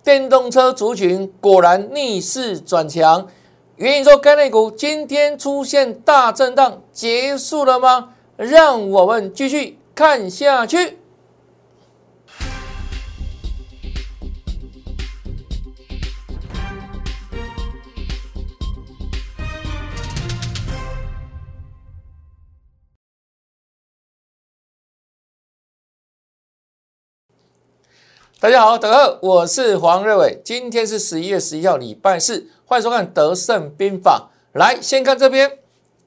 电动车族群果然逆势转强，元宇宙概念股今天出现大震荡，结束了吗？让我们继续看下去。大家好，我是黄瑞伟，今天是11月11号，礼拜四，欢迎收看德胜兵法。来，先看这边，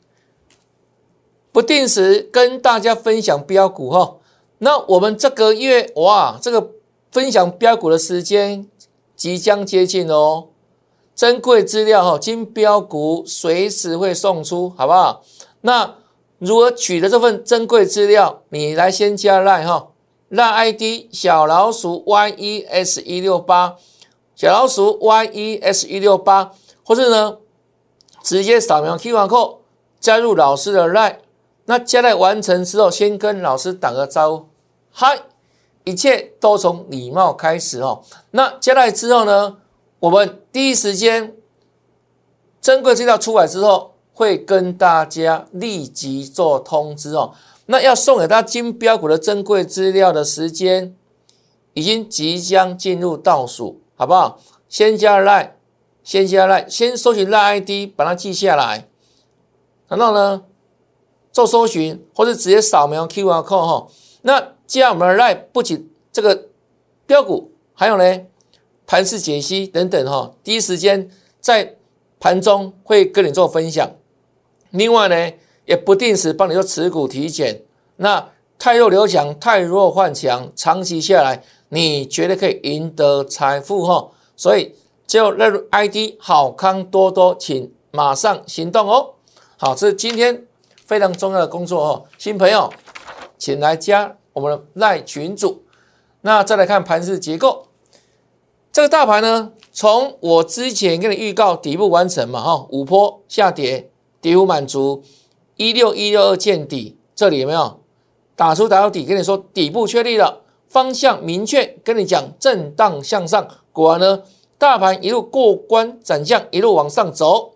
不定时跟大家分享标股哈。那我们这个月哇，这个分享标股的时间即将接近哦。珍贵资料哈，金标股随时会送出，好不好？那如何取得这份珍贵资料？你来先加 LINE 哈。让 ID 小老鼠 YES168 小老鼠 YES168， 或是呢直接扫描 QR Code 加入老师的 LINE。 那加 LINE 完成之后，先跟老师打个招呼，嗨，一切都从礼貌开始哦。那加 LINE 之后呢，我们第一时间珍贵资料出来之后，会跟大家立即做通知哦。那要送给大家金标股的珍贵资料的时间，已经即将进入倒数，好不好？先加 LINE， 先搜寻 LINE ID， 把它记下来，然后呢，做搜寻或是直接扫描 QR Code 哈。那加我们的 LINE， 不仅这个标股，还有呢盘势解析等等哈，第一时间在盘中会跟你做分享。另外呢，也不定时帮你做持股体检，那太弱留强，太弱换强，长期下来你绝对可以赢得财富哈。所以就列入 ID 好康多多，请马上行动哦。好，这是今天非常重要的工作哦。新朋友请来加我们的LINE群组。那再来看盘势结构，这个大盘呢，从我之前跟你预告底部完成嘛哈，5波下跌，跌幅满足。16162见底，这里有没有打到底？跟你说底部确立了，方向明确，跟你讲震荡向上。果然呢，大盘一路过关斩将，一路往上走。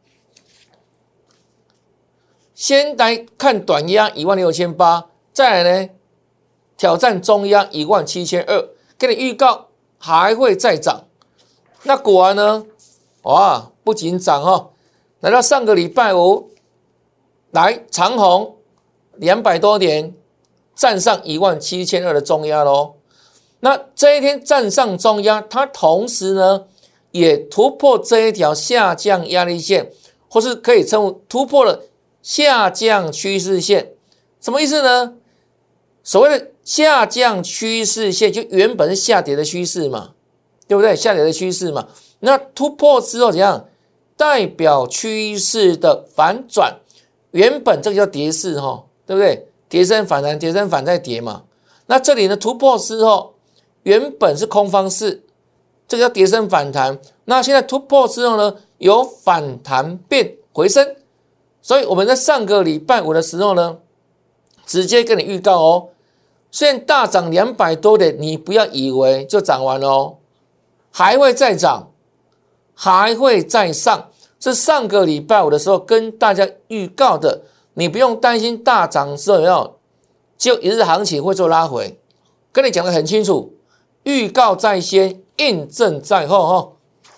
先来看短压16800，再来呢挑战中压17200，跟你预告还会再涨。那果然呢，哇，不仅涨哦，来到上个礼拜五。来长红200多点，站上17200的中压咯。那这一天站上中压，它同时呢也突破这一条下降压力线，或是可以称为突破了下降趋势线。什么意思呢？所谓的下降趋势线，就原本是下跌的趋势嘛，对不对？下跌的趋势嘛。那突破之后怎样？代表趋势的反转。原本这个叫跌势哈，对不对？跌升反弹，跌升反再跌嘛。那这里呢突破之后，原本是空方式，这个叫跌升反弹。那现在突破之后呢，由反弹变回升。所以我们在上个礼拜五的时候呢，直接跟你预告哦，虽然大涨200多点，你不要以为就涨完了哦，还会再涨，还会再上。是上个礼拜五的时候跟大家预告的，你不用担心大涨之后有没有就一日行情会做拉回，跟你讲得很清楚，预告在先，印证在后哈。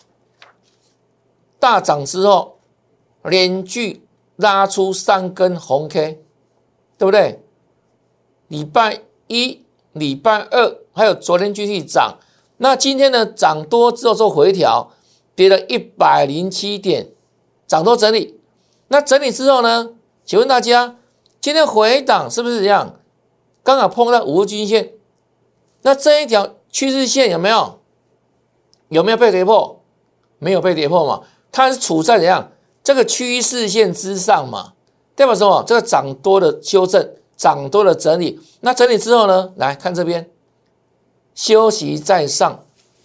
大涨之后连续拉出3根红 K， 对不对？礼拜1、礼拜2还有昨天继续涨，那今天呢涨多之后做回调，跌了107点。涨多整理，那整理之后呢？请问大家，今天回档是不是这样？刚好碰到5日均线，那这一条趋势线有没有？有没有被跌破？没有被跌破嘛？它是处在怎样？这个趋势线之上嘛，代表什么？这个涨多的修正，涨多的整理。那整理之后呢？来看这边，休息再上，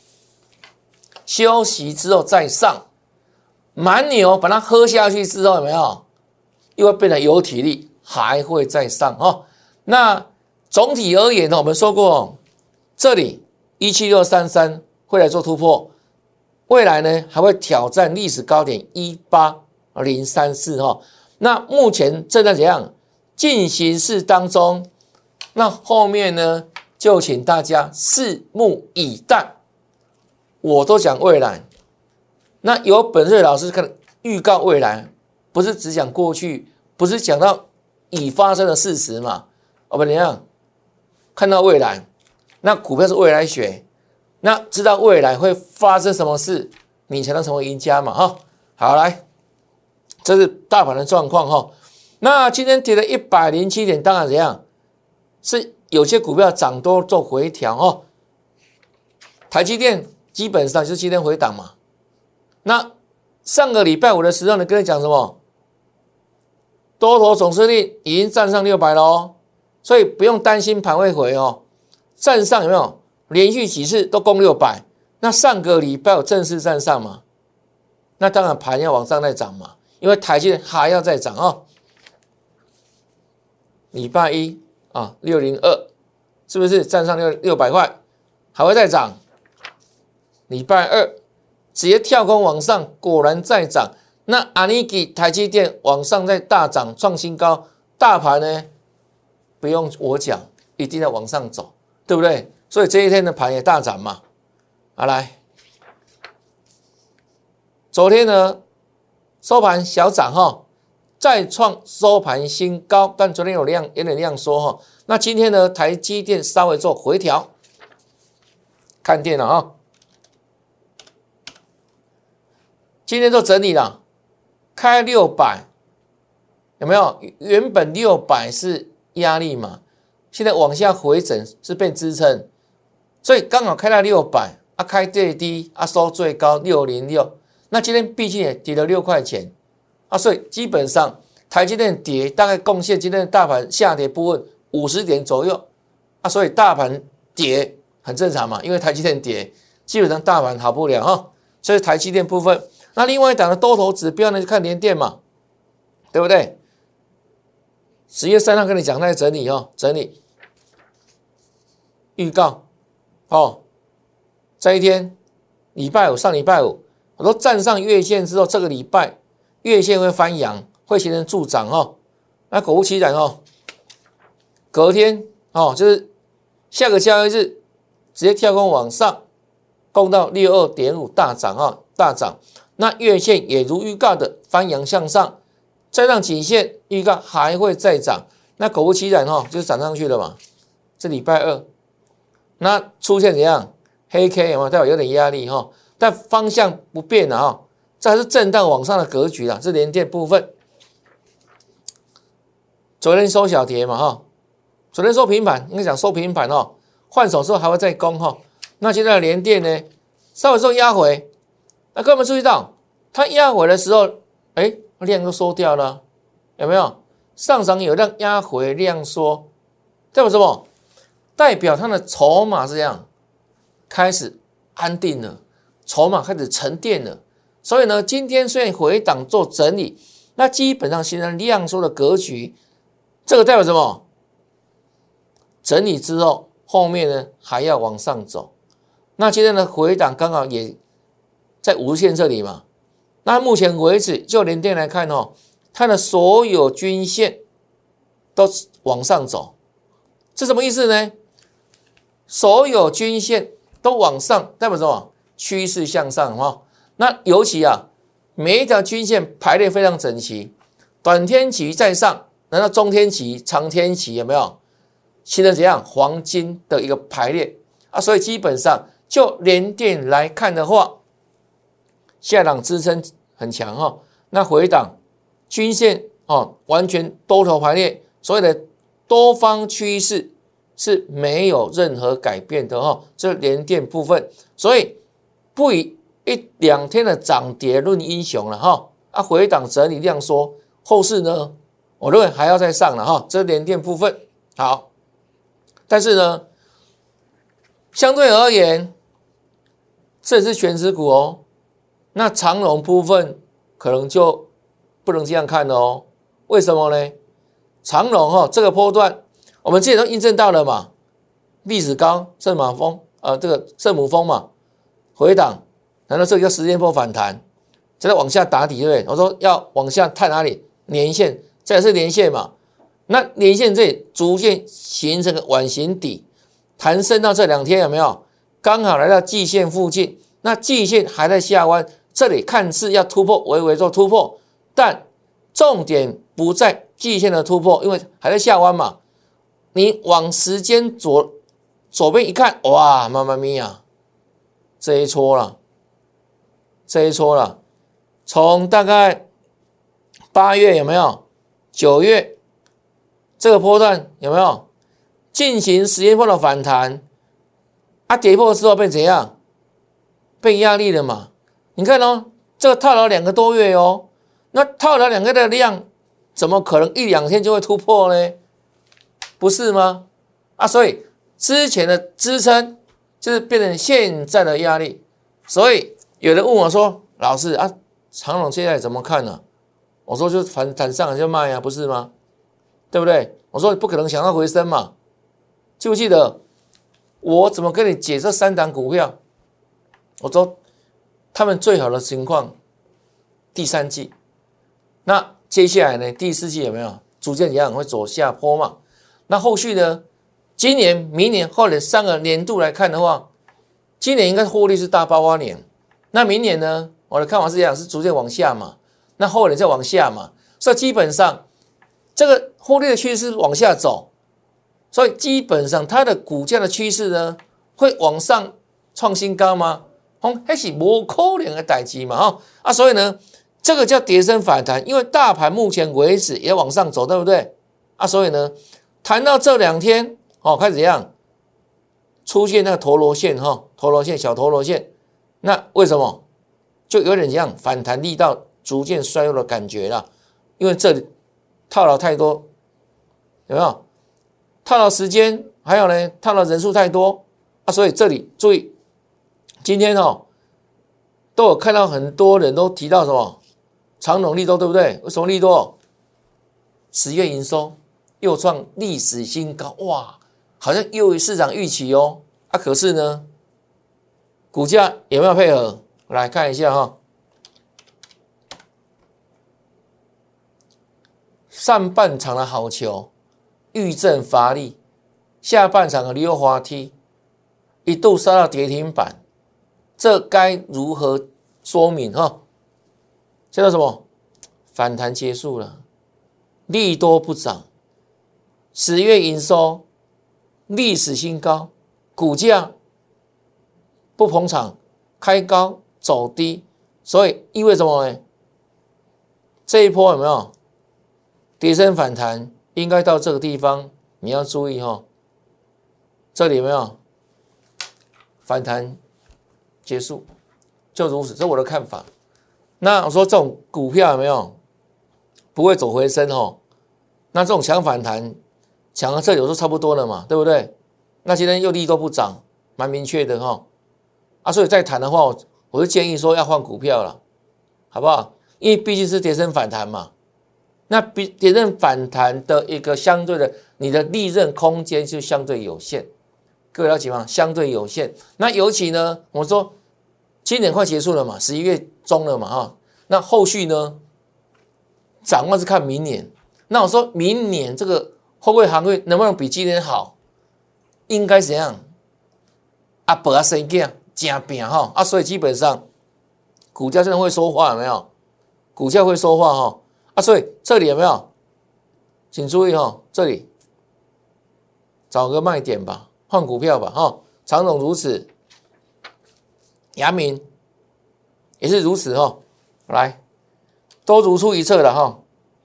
休息之后再上。蛮牛把它喝下去之后，有没有又会变得有体力，还会再上哦。那总体而言呢，我们说过这里17633 会来做突破，未来呢还会挑战历史高点18034哈。那目前正在怎样进行式当中，那后面呢就请大家拭目以待。我都讲未来，那有本事的老师看预告未来，不是只讲过去，不是讲到已发生的事实嘛？我们怎样看到未来？那股票是未来学，那知道未来会发生什么事，你才能成为赢家嘛？哈，好来，这是大盘的状况哈。那今天跌了107点，当然怎样？是有些股票涨多做回调哦。台积电基本上就是今天回档嘛。那上个礼拜五的时候呢，跟你讲什么？多头总司令已经站上600了哦，所以不用担心盘会回哦。站上有没有？连续几次都攻600，那上个礼拜有正式站上嘛？那当然盘要往上再涨嘛，因为台积电还要再涨哦。礼拜一啊，602是不是站上600块，还会再涨？礼拜二直接跳空往上，果然再涨。那安尼给台积电往上再大涨创新高，大盘呢不用我讲，一定要往上走，对不对？所以这一天的盘也大涨嘛。好来，昨天呢收盘小涨哈，再创收盘新高，但昨天有点量缩哈。那今天呢台积电稍微做回调，看电脑啊，今天做整理了。开600有没有？原本600是压力嘛，现在往下回整是变支撑，所以刚好开到600啊，开最低啊，收最高606。那今天毕竟也跌了6块钱啊，所以基本上台积电跌大概贡献今天的大盘下跌部分50点左右啊，所以大盘跌很正常嘛，因为台积电跌，基本上大盘好不了哈，所以台积电部分。那另外一档的多头指标呢，就看联电嘛，对不对？10月3号跟你讲在整理哦，整理预告哦，这一天上礼拜五，我都站上月线之后，这个礼拜月线会翻阳，会形成助涨哦。那果不其然哦，隔天哦，就是下个交易日直接跳空往上，攻到62.5大涨啊，大涨。那月线也如预告的翻阳向上，再让颈线预告还会再涨，那果不其然哦，就涨上去了嘛。这礼拜二，那出现怎样？黑 K 有没有代表有点压力哈？但方向不变了哈，这还是震荡往上的格局啦。这联电部分，昨天收小跌嘛哈，昨天收平盘，应该讲收平盘哦，换手之后还会再攻哈。那现在的联电呢，稍微做压回。那各位有没有注意到，它压回的时候，量都缩掉了，有没有？上涨有量压回量缩，代表什么？代表它的筹码是这样，开始安定了，筹码开始沉淀了。所以呢，今天虽然回档做整理，那基本上形成量缩的格局，这个代表什么？整理之后，后面呢还要往上走。那今天的回档刚好也在50线这里嘛，那目前为止就联电来看哦，它的所有均线都往上走，这什么意思呢？所有均线都往上，代表什么？趋势向上哈。那尤其每一条均线排列非常整齐，短天期在上，难道中天期、长天期有没有形成怎样黄金的一个排列啊？所以基本上就联电来看的话，下档支撑很强哈，那回档均线完全多头排列，所谓的多方趋势是没有任何改变的哈，这联电部分，所以不以1-2天的涨跌论英雄了哈，回档整理量缩，后市呢，我认为还要再上了哈，这联电部分好，但是呢，相对而言，这是全指股哦。那长荣部分可能就不能这样看了哦，为什么呢？长荣这个波段，我们之前都印证到了嘛，历史高圣马峰这个圣母峰嘛， 回档，难道这个叫时间波反弹？再往下打底，对不对？我说要往下探哪里？年线，这也是年线嘛。那年线这里逐渐形成个碗形底，弹升到这2天有没有？刚好来到季线附近，那季线还在下弯，这里看似要突破，微微做突破，但重点不在季线的突破，因为还在下弯嘛。你往时间左边一看，哇，妈妈咪呀，这一撮了，从大概8月有没有？9月这个波段有没有进行时间波的反弹？啊，跌破之后被怎样？被压力了嘛？你看哦，这个套牢2个多月哦，那套牢2个的量，怎么可能1、2天就会突破呢？不是吗？啊，所以之前的支撑就是变成现在的压力。所以有人问我说：“老师啊，长荣现在怎么看呢？”我说：“就反弹上来就卖啊，不是吗？对不对？”我说：“不可能想要回升嘛。”记不记得我怎么跟你解这3档股票？我说他们最好的情况，第3季。那接下来呢？第4季有没有逐渐一样会走下坡嘛？那后续呢？今年、明年、后年3个年度来看的话，今年应该获利是大爆发年。那明年呢？我的看法是这样，是逐渐往下嘛。那后年再往下嘛。所以基本上这个获利的趋势是往下走，所以基本上它的股价的趋势呢会往上创新高吗？那是不可能的事情嘛。所以呢，这个叫跌升反弹，因为大盘目前为止也往上走，对不对？所以呢，谈到这2天开始怎样出现那个陀螺线陀螺线小陀螺线，那为什么就有点这样反弹力道逐渐衰弱的感觉啦？因为这里套牢太多，有没有？套牢时间，还有呢，套牢人数太多所以这里注意，今天都有看到很多人都提到什么长荣利多，对不对？为什么利多？10月营收又创历史新高，哇，好像优于市场预期哦。可是呢，股价有没有配合？来看一下上半场的好球遇震乏力，下半场的溜滑梯一度杀到跌停板，这该如何说明现在什么反弹结束了，利多不涨，10月营收历史新高，股价不捧场，开高走低，所以意味着什么呢？这一波有没有跌升反弹？应该到这个地方，你要注意这里有没有反弹结束？就如此，这是我的看法。那我说这种股票有没有不会走回升那这种强反弹，强到这里有时候差不多了嘛，对不对？那今天又利多不涨，蛮明确的所以再谈的话，我就建议说要换股票了，好不好？因为毕竟是跌升反弹嘛，那跌升反弹的一个相对的，你的利润空间就相对有限，各位了解吗？相对有限。那尤其呢，我说今年快结束了嘛，11月中了嘛那后续呢，展望是看明年。那我说明年这个货柜航运能不能比今年好？应该怎样？不要生囝真拼所以基本上股价真的会说话，有没有？股价会说话所以这里有没有？请注意这里找个卖点吧，换股票吧长荣如此，阳明也是如此来，都如出一辙了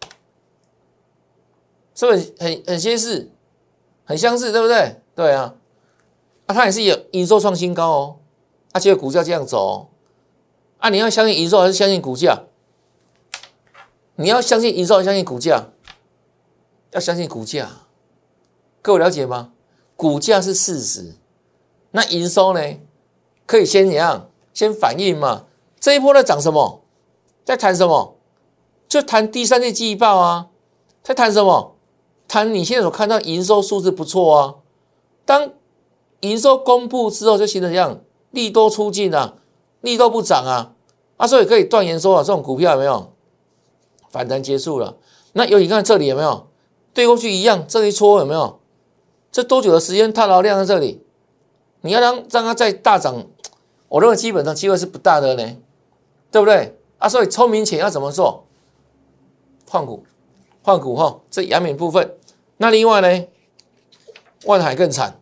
是不是很相似，很相似，对不对？对啊，它也是有营收创新高结果股价这样走你要相信营收还是相信股价？你要相信营收还是相信股价？要相信股价，各位了解吗？股价是事实，那营收呢？可以先怎样？先反映嘛。这一波在涨什么？在谈什么？就谈第3季季报在谈什么？谈你现在所看到营收数字不错当营收公布之后，就形成这样利多出尽利都不涨啊，所以可以断言说这种股票有没有反弹结束了？那你看这里有没有对过去一样，这一撮有没有？这多久的时间套牢量在这里？你要让它再大涨，我认为基本上机会是不大的呢，对不对？所以聪明钱要怎么做？换股这阳明部分。那另外呢，万海更惨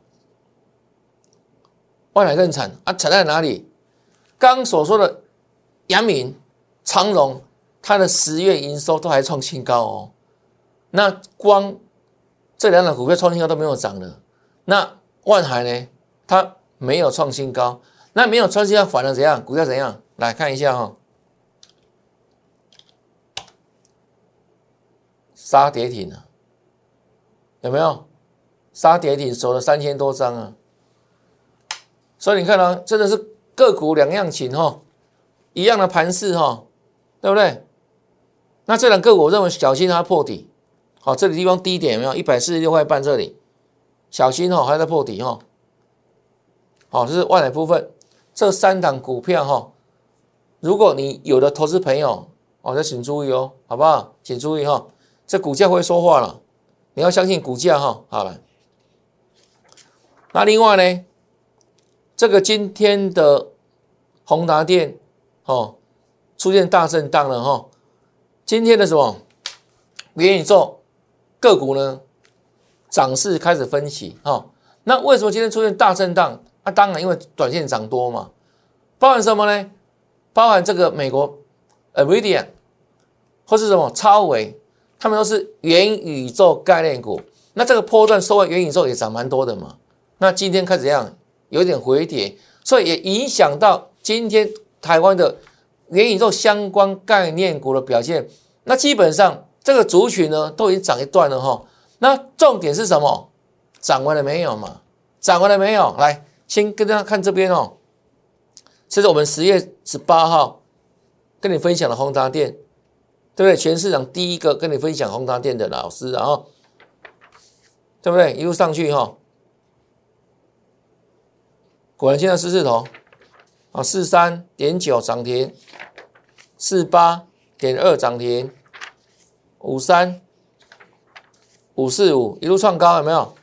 惨在哪里？刚所说的阳明、长荣，它的10月营收都还创新高哦。那光这两档股票创新高都没有涨的，那万海呢？它没有创新高，那没有创新高反而怎样？股价怎样？来看一下杀跌停了，有没有？杀跌停守了3000多张啊！所以你看真的是个股两样情一样的盘势对不对？那这两个股我认为小心它破底，这里地方低点有没有？146块半这里，小心还在破底这是万海部分，这3档股票如果你有的投资朋友就请注意好不好？请注意这股价会说话了，你要相信股价好了。那另外呢，这个今天的宏达电出现大震荡了今天的什么元宇宙个股呢涨势开始分歧那为什么今天出现大震荡？当然因为短线涨多嘛，包含什么呢？包含这个美国 NVIDIA 或是什么超微，他们都是元宇宙概念股。那这个波段收完元宇宙也涨蛮多的嘛。那今天开始这样有点回跌，所以也影响到今天台湾的元宇宙相关概念股的表现。那基本上这个族群呢都已经涨一段了那重点是什么？涨完了没有嘛？涨完了没有？来，先跟大家看这边这是我们10月18号跟你分享的宏达电，对不对？全市场第一个跟你分享宏达电的老师对不对？一路上去果然现在四头43.9涨停，48.2涨停，53、545一路创高有没有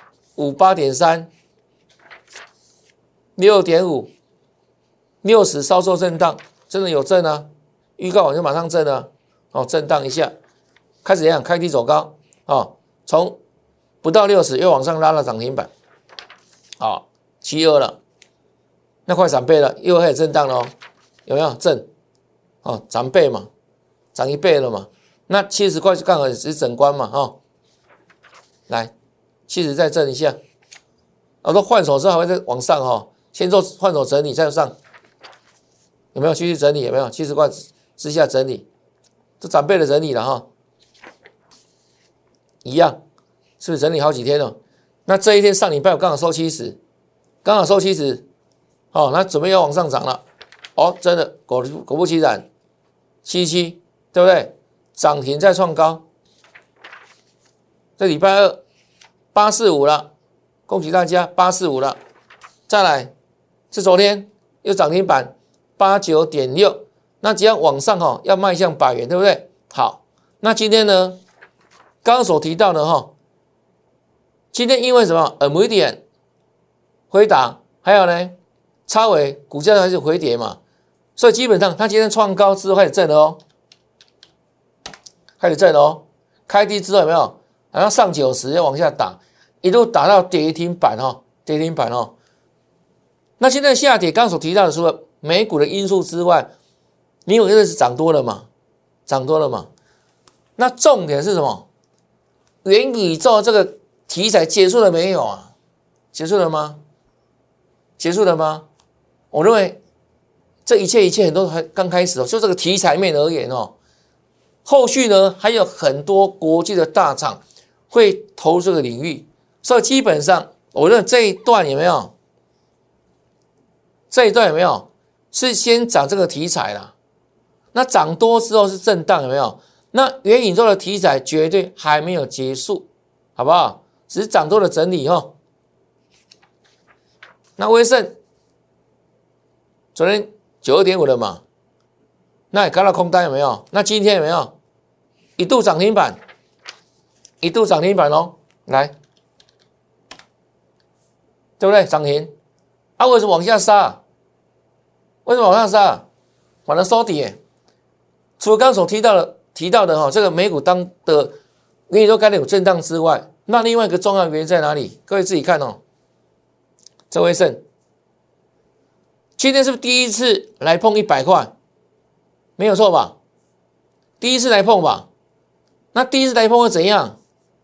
？58.3、6.5、60稍作震荡，真的有震预告完就马上震震荡一下，开始这样开低走高从不到60又往上拉了涨停板，72了，那快涨倍了，又开始震荡了有没有震？涨倍嘛，涨1倍了嘛，那70块刚好是整关嘛来70再震一下，都换手之后还会再往上先做换手整理再上，有没有继续整理？有没有70块之下整理？这涨倍的整理了一样是不是整理好几天了？那这一天上礼拜我刚好收70，那准备要往上涨了真的果不其然，77对不对？涨停再创高，这礼拜二845了，恭喜大家845了，再来是昨天又涨停板89.6，那只要往上要迈向100元，对不对？好，那今天呢，刚刚所提到的今天因为什么？NVIDIA、辉达还有呢超微股价还是回跌嘛，所以基本上它今天创高之后开始震了开低之后有没有？好像上90要往下打，一路打到跌停板那现在下跌，刚刚所提到的除了美股的因素之外，你有觉得是涨多了嘛？那重点是什么？元宇宙这个题材结束了没有啊？结束了吗？我认为这一切很多还刚开始就这个题材面而言后续呢还有很多国际的大厂会投入这个领域，所以基本上我认为这一段有没有？是先涨这个题材啦，那涨多之后是震荡有没有？那元宇宙的题材绝对还没有结束，好不好？只是涨多的整理那威盛昨天 92.5了嘛？那也看到空单有没有？那今天有没有一度涨停板？一度涨停板哦，来，对不对？涨停啊？为什么往下杀？为什么往下杀？反而收底耶。除了刚刚所提到的哈，这个美股当的元宇宙概念有震荡之外，那另外一个重要原因在哪里？各位自己看哦。这位胜，今天是不是第一次来碰100块？没有错吧？第一次来碰吧。那第一次来碰会怎样？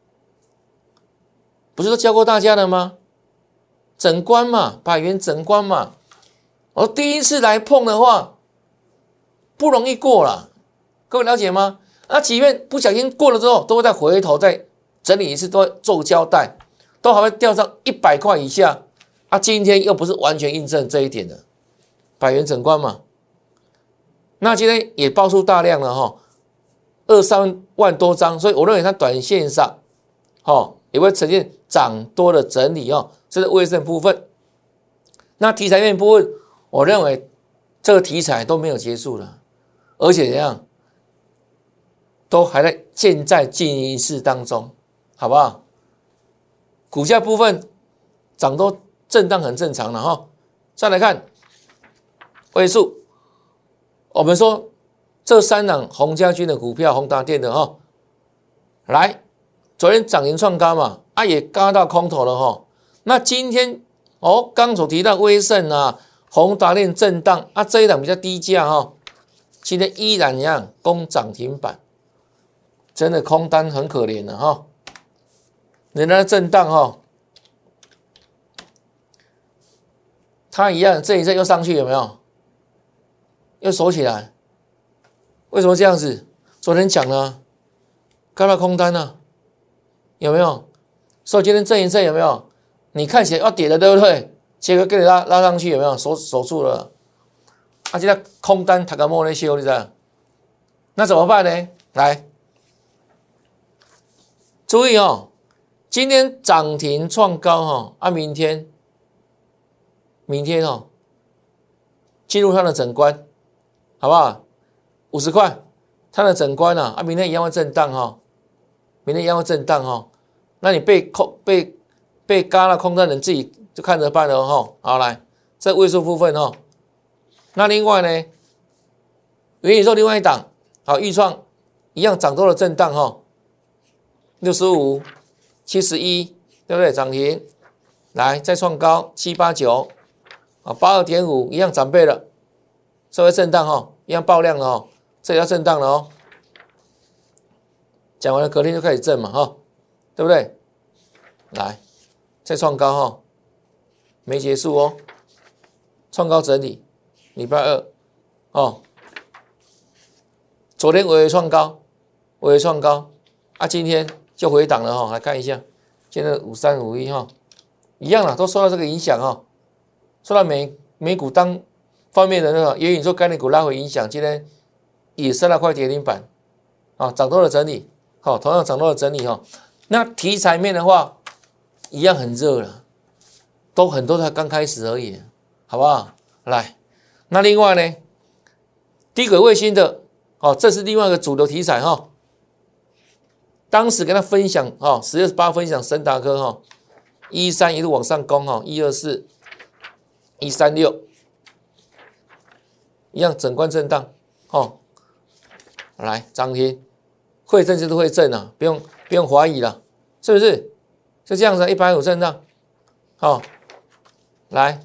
不是都教过大家了吗？整关嘛，百元整关嘛。而第一次来碰的话，不容易过了，各位了解吗？那即便不小心过了之后，都会再回头再整理一次，都会做交代，都还会掉上100块以下。啊，今天又不是完全印证这一点的，百元整关嘛。那今天也爆出大量了哈，23万多张，所以我认为它短线上，也会呈现涨多的整理哦，这是威盛部分。那题材面部分，我认为这个题材都没有结束了，而且怎样，都还在现在进行式当中，好不好？股价部分涨多震荡很正常了哈。再来看位数，我们说这3档洪家军的股票，宏达电的哈，来。昨天涨停创高嘛，也嘎到空头了哈。那今天刚所提到威盛啊、宏达电震荡这一档比较低价哈，今天依然一样攻涨停板，真的空单很可怜的哈。人家的震荡哈，它一样这一阵又上去有没有？又锁起来，为什么这样子？昨天讲了，嘎到空单啊。有没有？所以今天震一震有没有？你看起来要跌的，对不对？结果给你拉上去，有没有？守住了。现在空单塔个莫那修，你知道？那怎么办呢？来，注意哦，今天涨停创高明天进入它的整关，好不好？50块，它的整关明天一样会震荡明天一样会震荡那你被嘎了空单人自己就看着办了好，来，这位数部分那另外呢，元宇宙另外一档预创一样涨多了震荡65、71，对不对？涨停，来再创高78982.5，一样涨倍了，稍微震荡一样爆量了这也要震荡了讲完了，隔天就开始震嘛，对不对？来，再创高没结束创高整理，礼拜二昨天微创高，今天就回档了来看一下，现在5351一样都受到这个影响受到美股当方面的那个元宇宙概念股拉回影响，今天也升了快跌停板涨多了整理。同样涨多了整理那题材面的话，一样很热了，都很多才刚开始而已，好不好？来，那另外呢，低轨卫星的这是另外一个主流题材当时跟他分享10月18分享森达科113一路往上攻124、136，一样整关震荡来涨停。会震就是会震不用怀疑了，是不是？就这样子，150震荡，来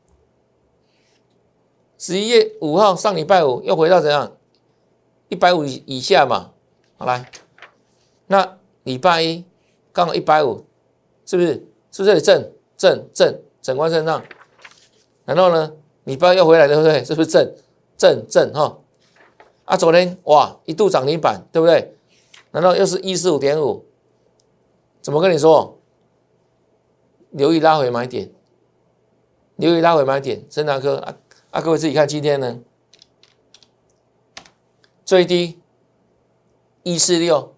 ，11月5号上礼拜五又回到怎样？150以下嘛，来，那礼拜一刚好150，是不是？是不是这里震整关震荡？然后呢，礼拜又回来，对不对？是不是震昨天哇一度涨停板，对不对？难道又是145.5？怎么跟你说？留意拉回买点，森达科各位自己看今天呢，最低146，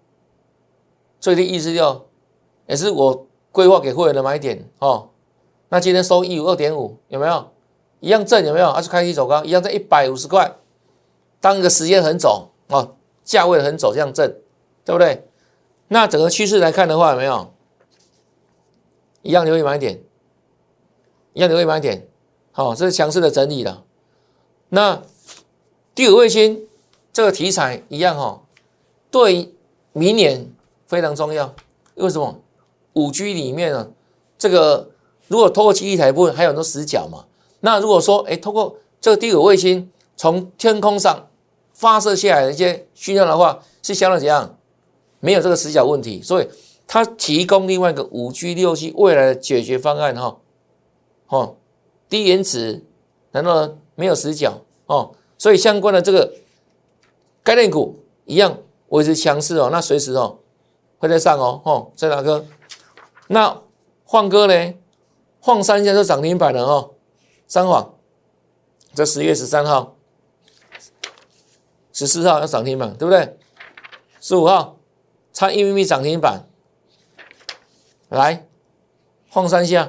也是我规划给会员的买点那今天收152.5，有没有一样正有没有？就开低走高，一样在150块，当一个时间横走哦，价位横走这样正，对不对？那整个趋势来看的话，有没有？一样留意买点，一样留意买点，好，这是强势的整理了。那第五卫星这个题材一样哈，对明年非常重要。为什么？5G 里面呢，这个如果透过基地台部分，还有很多死角嘛。那如果说，透过这个第五卫星从天空上发射下来的一些讯号的话，是相当怎样？没有这个死角问题，所以它提供另外一个5G、6G 未来的解决方案哈。低延迟，难道没有死角哦？所以相关的这个概念股一样维持强势哦，那随时会在上在哪个？那晃哥呢？晃3下就涨停板了三晃，这10月13号、14号要涨停板，对不对？15号差1咪咪涨停板，来晃3下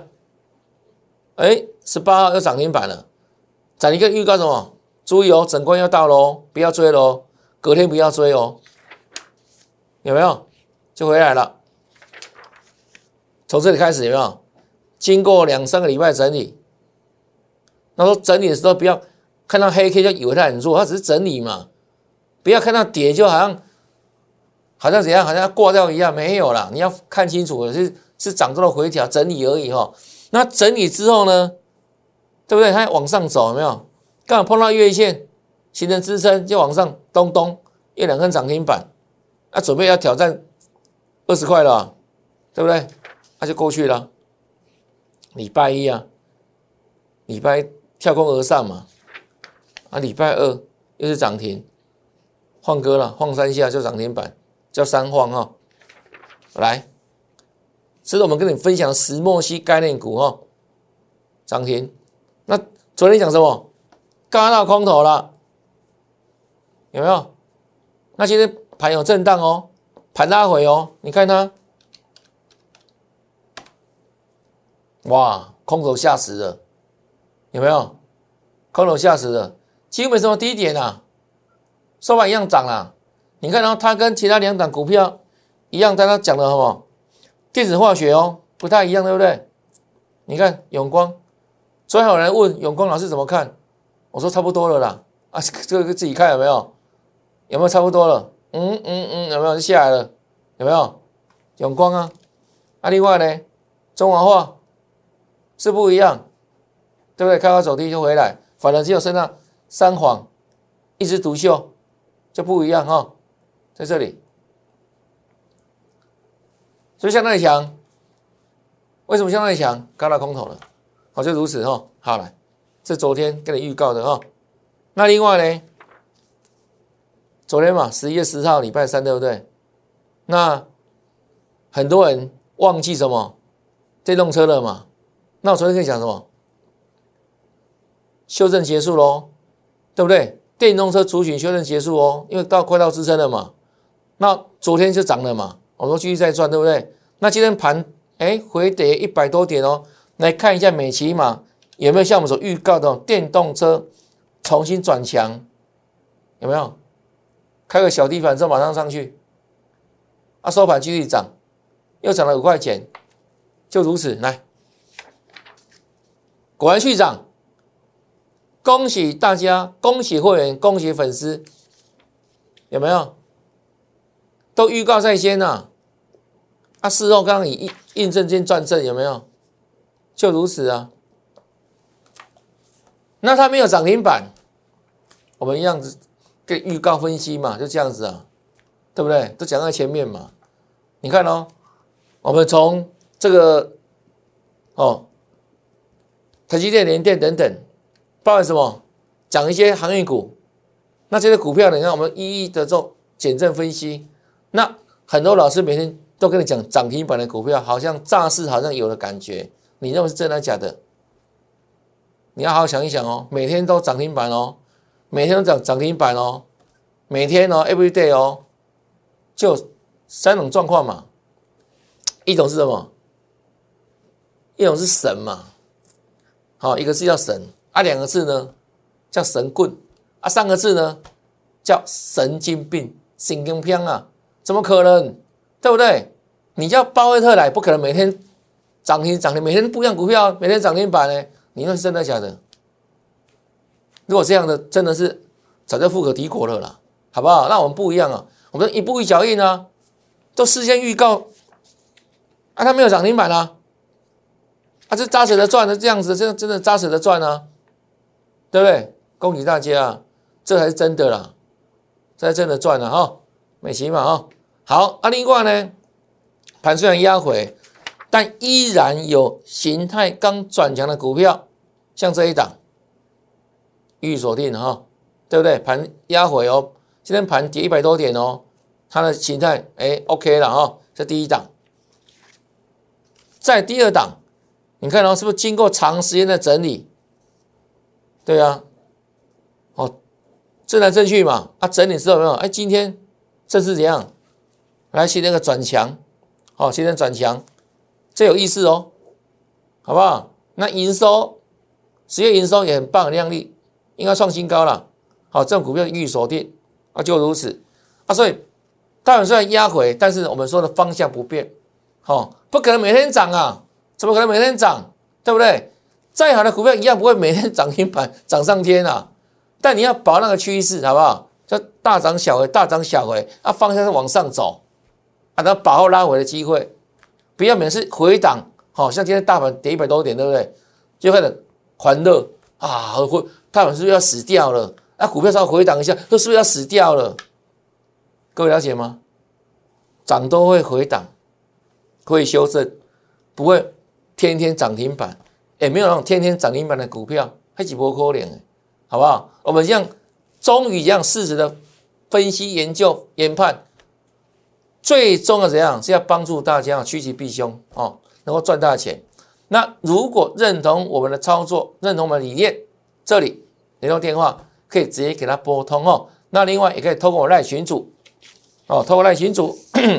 ，18号又涨停板了，涨一个预告什么？注意整关要到喽，不要追喽，隔天不要追哦，有没有？就回来了。从这里开始有没有？经过2-3个礼拜整理，那说整理的时候不要看到黑 K 就以为它很弱，它只是整理嘛，不要看到跌就好像怎样，好像要挂掉一样，没有啦，你要看清楚是涨多的回调整理而已那整理之后呢，对不对？它往上走有没有？刚好碰到月线形成支撑，就往上咚咚一两根涨停板，准备要挑战20块了，对不对？就过去了。礼拜一礼拜跳空而上嘛，礼拜二又是涨停，晃哥了，晃3下就涨停板，叫3晃来，这是我们跟你分享的石墨烯概念股涨停。那昨天讲什么？嘎到空头了，有没有？那今天盘有震荡盘拉回你看它，哇，空头吓死了，有没有？空头吓死了，几乎没什么低点收盘一样涨啦。你看它跟其他2档股票一样，大家讲的什么？电子化学不太一样，对不对？你看永光，所以有人问永光老师怎么看？我说差不多了啦，这个自己看有没有？有没有差不多了？有没有就下来了？有没有？永光另外呢，中华化是不一样，对不对？开高走低就回来，反而只有剩下3晃，一枝独秀就不一样在这里，所以相当于强。为什么相当于强？高到空头了，就如此好来，这昨天跟你预告的那另外呢，昨天嘛，11月10号礼拜3，对不对？那很多人忘记什么？电动车了嘛？那我昨天跟你讲什么？修正结束咯，对不对？电动车族群修正结束因为快到支撑了嘛。那昨天就涨了嘛，我说继续再赚，对不对？那今天盘回跌100多点来看一下美骑马有没有像我们所预告的电动车重新转强，有没有？开个小低盘之后马上上去，收盘继续涨，又涨了5块钱，就如此来，果然续涨，恭喜大家，恭喜会员，恭喜粉丝，有没有？都预告在先事后刚刚以印证兼转正，有没有？就如此那它没有涨停板，我们一样子跟预告分析嘛，就这样子对不对？都讲在前面嘛。你看我们从这个台积电、联电等等，包含什么？讲一些航运股，那这些股票呢，你看我们一一的做减震分析。那很多老师每天都跟你讲涨停板的股票，好像乍势好像有的感觉，你认为是真的假的？你要好好想一想每天都涨停板每天都涨停板每天every day 就3种状况嘛，一种是什么？一种是神嘛，一个是叫神啊，2个字呢叫神棍啊，3个字呢叫神经病、神经病啊，怎么可能？对不对？你叫巴菲特来，不可能每天涨停，每天不一样股票，每天涨停板呢？你那是真的假的？如果这样的，真的是早就富可敌国了啦，好不好？那我们不一样啊，我们一步一脚印啊，都事先预告啊，它没有涨停板啊。啊，这扎实的赚的这样子，真的扎实的赚啊，对不对？恭喜大家啊，这才是真的啦，这才真的赚了哈，美琪嘛哈。好啊，另外呢，盘虽然压回，但依然有形态刚转强的股票，像这一档，予以锁定哈，对不对？盘压回哦，今天盘跌100多点哦，它的形态OK 了哈，这第一档，在第二档。你看是不是经过长时间的整理？对啊，正来正去嘛。啊，整理之后有没有？今天这是怎样？来形成一个转强，形成转强，这有意思哦，好不好？那营收，10月营收也很棒，很亮丽，应该创新高了。好，这种股票予以锁定，就如此。所以大盘虽然压回，但是我们说的方向不变，不可能每天涨啊。怎么可能每天涨？对不对？再好的股票一样不会每天涨停板涨上天啊！但你要保那个趋势，好不好？就大涨小回，大涨小回，方向是往上走，然后把握拉回的机会，不要每次回档，像今天大盘跌100多点，对不对？就开始欢乐啊，大盘是不是要死掉了？股票稍微回档一下，是不是要死掉了？各位了解吗？涨都会回档，会修正，不会天天涨停板，没有那种天天涨停板的股票，还几波可怜，好不好？我们像中宇一样市值的分析、研究、研判，最重要怎样是要帮助大家趋吉避凶能够赚大钱。那如果认同我们的操作，认同我们的理念，这里联络电话可以直接给他拨通那另外也可以透过我赖群组透过赖群组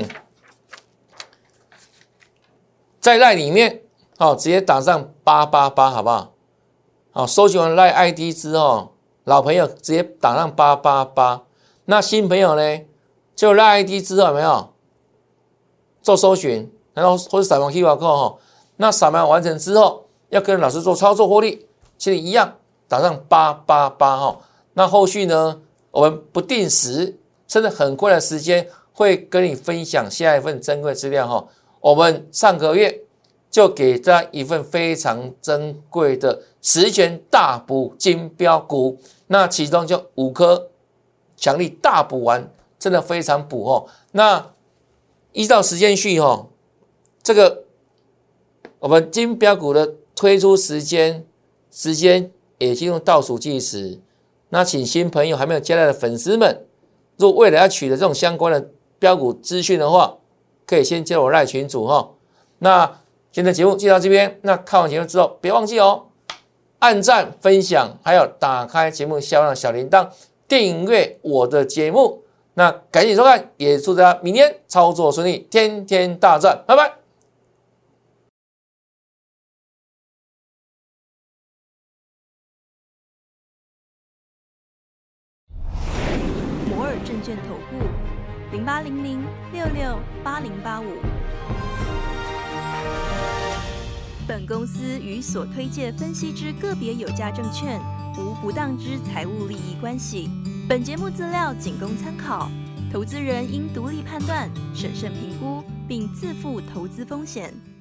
在赖里面。直接打上888，好不好？搜集完赖 ID 之后，老朋友直接打上888。那新朋友呢，就赖 ID 之后有没有做搜寻，然后或者扫描 QR code 那扫描完成之后，要跟老师做操作获利，其实一样打上888那后续呢，我们不定时，甚至很快的时间会跟你分享下一份珍贵资料我们上个月。就给大家一份非常珍贵的10权大补金标股，那其中就5颗强力大补完，真的非常补那依照时间序这个我们金标股的推出时间也进入倒数计时。那请新朋友还没有加入的粉丝们，如果未来要取得这种相关的标股资讯的话，可以先加入我赖群组那今天的节目就到这边，那看完节目之后，别忘记按赞、分享，还有打开节目下方的小铃铛，订阅我的节目。那感谢收看，也祝大家明天操作顺利，天天大赚，拜拜。 摩尔证券投顾0800668085。本公司与所推介分析之个别有价证券无不当之财务利益关系。本节目资料仅供参考，投资人应独立判断、审慎评估，并自负投资风险。